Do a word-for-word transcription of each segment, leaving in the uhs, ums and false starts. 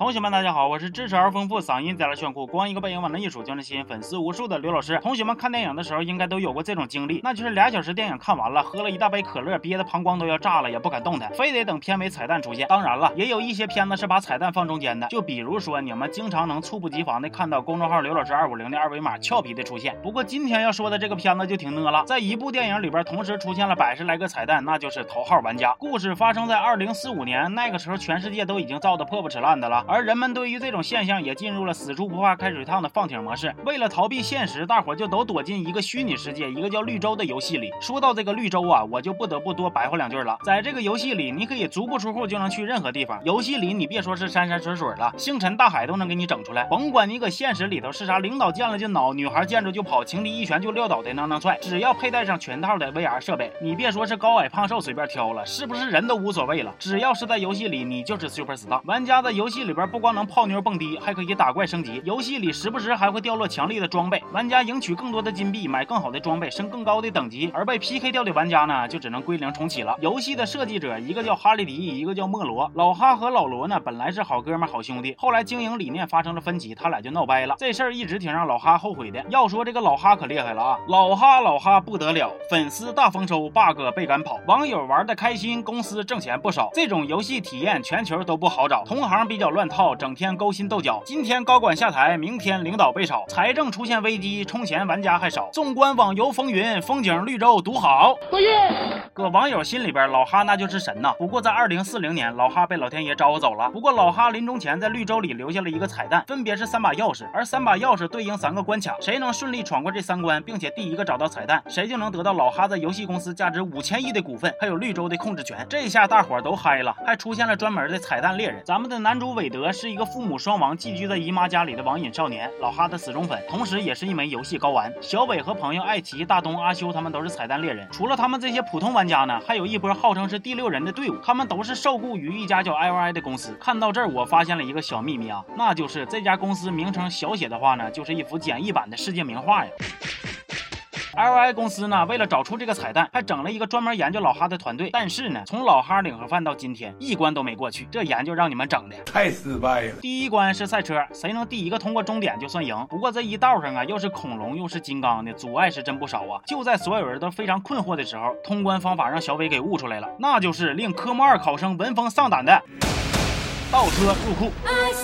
同学们大家好，我是知识而丰富，嗓音再来炫酷，光一个背影往那一杵就能吸引粉丝无数的刘老师。同学们看电影的时候应该都有过这种经历，那就是俩小时电影看完了，喝了一大杯可乐，憋得膀胱都要炸了，也不敢动弹，非得等片尾彩蛋出现。当然了，也有一些片子是把彩蛋放中间的，就比如说你们经常能猝不及防的看到公众号刘老师二五零的二维码俏皮的出现。不过今天要说的这个片子就挺呢了，在一部电影里边同时出现了百十来个彩蛋，那就是头号玩家。故事发生在二零四五年，那个时候全世界都已经造得破破齿烂的了，而人们对于这种现象也进入了死猪不怕开水烫的放挺模式。为了逃避现实，大伙就都躲进一个虚拟世界，一个叫绿洲的游戏里。说到这个绿洲啊，我就不得不多白话两句了。在这个游戏里，你可以足不出户就能去任何地方，游戏里你别说是山山水水了，星辰大海都能给你整出来。甭管你搁现实里头是啥领导见了就恼，女孩见着就跑，情敌一拳就撂倒的囊囊踹，只要佩戴上全套的 V R 设备，你别说是高矮胖瘦随便挑了，是不是人都无所谓了，只要是在游戏里你就是 super star。 玩家在游戏里边不光能泡妞蹦迪，还可以打怪升级，游戏里时不时还会掉落强力的装备，玩家赢取更多的金币，买更好的装备，升更高的等级，而被 P K 掉的玩家呢就只能归零重启了。游戏的设计者一个叫哈利迪，一个叫莫罗，老哈和老罗呢本来是好哥们好兄弟，后来经营理念发生了分歧，他俩就闹掰了，这事儿一直挺让老哈后悔的。要说这个老哈可厉害了啊，老哈老哈不得了，粉丝大丰收， bug 被赶跑，网友玩的开心，公司挣钱不少。这种游戏体验全球都不好找，同行比较乱套，整天勾心斗角，今天高管下台，明天领导被炒，财政出现危机，充钱玩家还少。纵观网游风云，风景绿洲独好。搁网友心里边，老哈那就是神呐。不过在二零四零年，老哈被老天爷招呼走了。不过老哈临终前在绿洲里留下了一个彩蛋，分别是三把钥匙，而三把钥匙对应三个关卡，谁能顺利闯过这三关，并且第一个找到彩蛋，谁就能得到老哈在游戏公司价值五千亿的股份，还有绿洲的控制权。这下大伙都嗨了，还出现了专门的彩蛋猎人。咱们的男主韦德是一个父母双亡寄居在姨妈家里的网瘾少年，老哈的死忠粉，同时也是一枚游戏睾丸。小伟和朋友艾奇、大东、阿修他们都是彩蛋猎人。除了他们这些普通玩家呢，还有一波号称是第六人的队伍，他们都是受雇于一家叫 L I 的公司。看到这儿我发现了一个小秘密啊，那就是这家公司名称小写的话呢，就是一幅简易版的世界名画呀。L I 公司呢，为了找出这个彩蛋，还整了一个专门研究老哈的团队。但是呢，从老哈领盒饭到今天，一关都没过去，这研究让你们整的太失败了。 第一关是赛车，谁能第一个通过终点就算赢。不过这一道上啊，又是恐龙又是金刚的，阻碍是真不少啊。就在所有人都非常困惑的时候，通关方法让小伟给悟出来了，那就是令科目二考生闻风丧胆的倒车入库。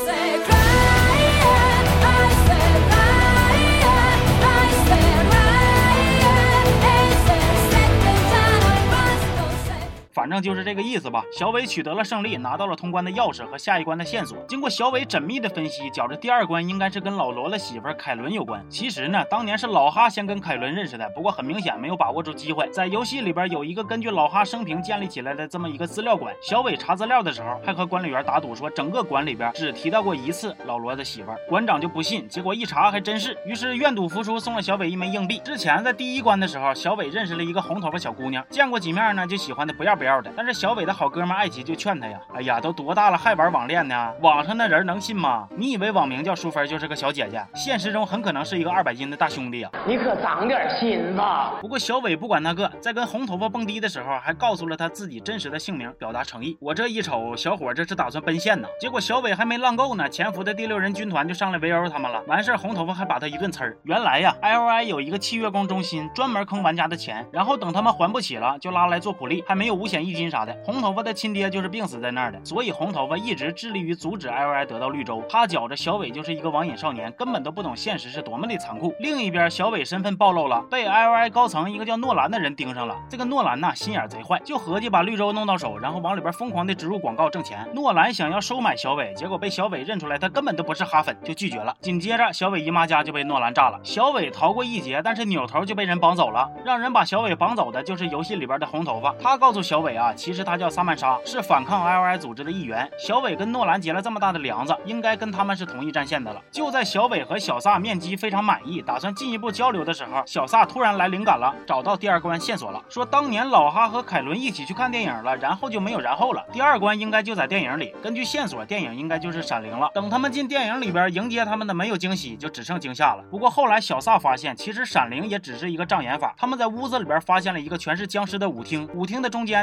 反正就是这个意思吧。小伟取得了胜利，拿到了通关的钥匙和下一关的线索。经过小伟缜密的分析，觉着第二关应该是跟老罗的媳妇凯伦有关。其实呢，当年是老哈先跟凯伦认识的，不过很明显没有把握住机会。在游戏里边有一个根据老哈生平建立起来的这么一个资料馆，小伟查资料的时候还和管理员打赌说，整个馆里边只提到过一次老罗的媳妇。馆长就不信，结果一查还真是，于是愿赌服输，送了小伟一枚硬币。之前在第一关的时候，小伟认识了一个红头发小姑娘，见过几面呢，就喜欢的不要不要的。但是小伟的好哥们艾奇就劝他呀，哎呀，都多大了还玩网恋呢？网上的人能信吗？你以为网名叫淑芬就是个小姐姐，现实中很可能是一个二百斤的大兄弟呀！ 你可长点心吧。 不过小伟不管那个，在跟红头发蹦迪的时候，还告诉了他自己真实的姓名，表达诚意。我这一瞅，小伙这是打算奔现呢。结果小伟还没浪够呢，潜伏的第六人军团就上来围殴他们了。完事红头发还把他一顿呲儿。原来呀 ，L I 有一个契约工中心，专门坑玩家的钱，然后等他们还不起了，就拉来做苦力，还没有五险一金啥的。红头发的亲爹就是病死在那儿的，所以红头发一直致力于阻止 L I 得到绿洲。他觉着小伟就是一个网瘾少年，根本都不懂现实是多么的残酷。另一边，小伟身份暴露了，被 L I 高层一个叫诺兰的人盯上了。这个诺兰呐，心眼贼坏，就合计把绿洲弄到手，然后往里边疯狂的植入广告挣钱。诺兰想要收买小伟，结果被小伟认出来他根本都不是哈粉，就拒绝了。紧接着，小伟姨妈家就被诺兰炸了。小伟逃过一劫，但是扭头就被人绑走了。让人把小伟绑走的就是游戏里边的红头发。他告诉小伟啊，其实他叫萨曼莎，是反抗 L I 组织的一员。小伟跟诺兰结了这么大的梁子，应该跟他们是同一战线的了。就在小伟和小萨面基非常满意，打算进一步交流的时候，小萨突然来灵感了，找到第二关线索了，说当年老哈和凯伦一起去看电影了，然后就没有然后了。第二关应该就在电影里，根据线索，电影应该就是闪灵了。等他们进电影里边，迎接他们的没有惊喜，就只剩惊吓了。不过后来小萨发现，其实闪灵也只是一个障眼法。他们在屋子里边发现了一个全是僵尸的舞厅，舞厅的中间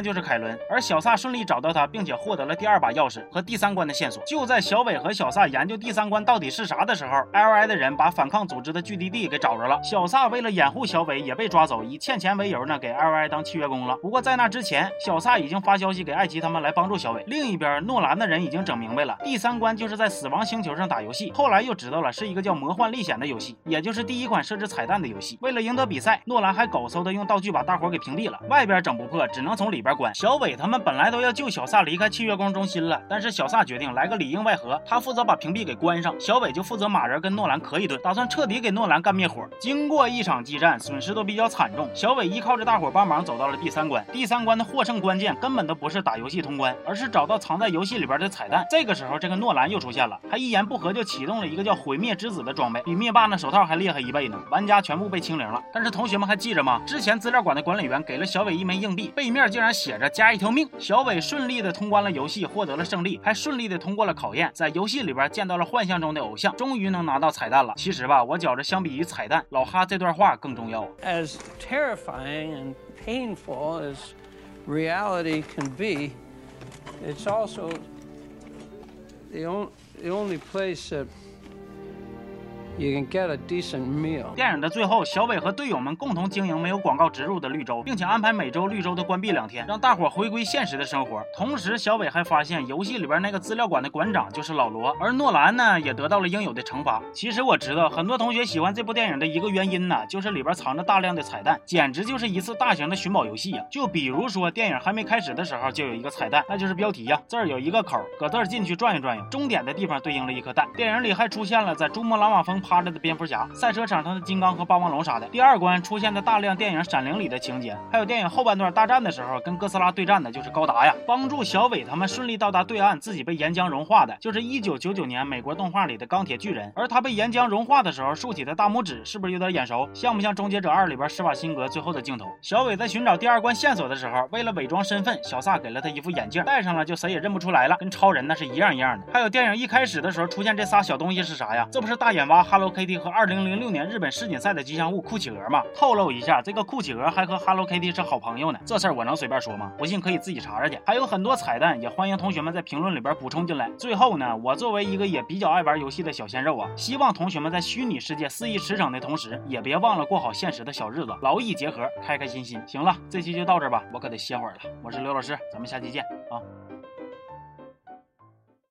就是凯伦，而小萨顺利找到他，并且获得了第二把钥匙和第三关的线索。就在小伟和小萨研究第三关到底是啥的时候 ，L I 的人把反抗组织的聚集地给找着了。小萨为了掩护小伟也被抓走，以欠钱为由呢，给 L I 当契约工了。不过在那之前，小萨已经发消息给艾奇他们来帮助小伟。另一边，诺兰的人已经整明白了，第三关就是在死亡星球上打游戏。后来又知道了是一个叫魔幻历险的游戏，也就是第一款设置彩蛋的游戏。为了赢得比赛，诺兰还狗搜的用道具把大伙给屏蔽了。外边整不破，只能从里边关。小伟他们本来都要救小萨离开契约工中心了，但是小萨决定来个里应外合，他负责把屏蔽给关上，小伟就负责马人跟诺兰磕一顿，打算彻底给诺兰干灭火。经过一场激战，损失都比较惨重，小伟依靠着大伙帮忙走到了第三关。第三关的获胜关键根本都不是打游戏通关，而是找到藏在游戏里边的彩蛋。这个时候，这个诺兰又出现了，还一言不合就启动了一个叫毁灭之子的装备，比灭霸那手套还厉害一倍呢。玩家全部被清零了。但是同学们还记着吗？之前资料馆的管理员给了小伟一枚硬币，背面竟然写着加一条命。小伟顺利的通关了游戏，获得了胜利，还顺利的通过了考验，在游戏里边见到了幻象中的偶像，终于能拿到彩蛋了。其实吧，我觉着相比于彩蛋，老哈这段话更重要。 As terrifying and painful as reality can be, it's also the only the only place that you can get a decent meal. 电影的最后，小伟和队友们共同经营没有广告植入的绿洲，并且安排每周绿洲都关闭两天，让大伙回归现实的生活。同时，小伟还发现游戏里边那个资料馆的馆长就是老罗，而诺兰呢也得到了应有的惩罚。其实我知道很多同学喜欢这部电影的一个原因呢，就是里边藏着大量的彩蛋，简直就是一次大型的寻宝游戏呀、啊。就比如说电影还没开始的时候就有一个彩蛋，那就是标题呀、啊，这儿有一个口，搁这儿进去转悠转悠，终点的地方对应了一颗蛋。电影里还出现了在珠穆朗玛峰趴着的蝙蝠侠，赛车场上的金刚和霸王龙啥的。第二关出现的大量电影《闪灵》里的情节，还有电影后半段大战的时候跟哥斯拉对战的就是高达呀。帮助小伟他们顺利到达对岸，自己被岩浆融化的就是一九九九年美国动画里的钢铁巨人，而他被岩浆融化的时候竖起的大拇指是不是有点眼熟？像不像《终结者二》里边施瓦辛格最后的镜头？小伟在寻找第二关线索的时候，为了伪装身份，小萨给了他一副眼镜，戴上了就谁也认不出来了，跟超人那是一样一样的。还有电影一开始的时候出现这仨小东西是啥呀？这不是大眼蛙、Hello Kitty 和二零零六年日本世锦赛的吉祥物酷企鹅吗？透露一下，这个酷企鹅还和 Hello Kitty 是好朋友呢，这事儿我能随便说吗？不信可以自己查查去。还有很多彩蛋，也欢迎同学们在评论里边补充进来。最后呢，我作为一个也比较爱玩游戏的小鲜肉啊，希望同学们在虚拟世界肆意驰骋的同时，也别忘了过好现实的小日子，劳逸结合，开开心心。行了，这期就到这吧，我可得歇会儿了。我是刘老师，咱们下期见啊。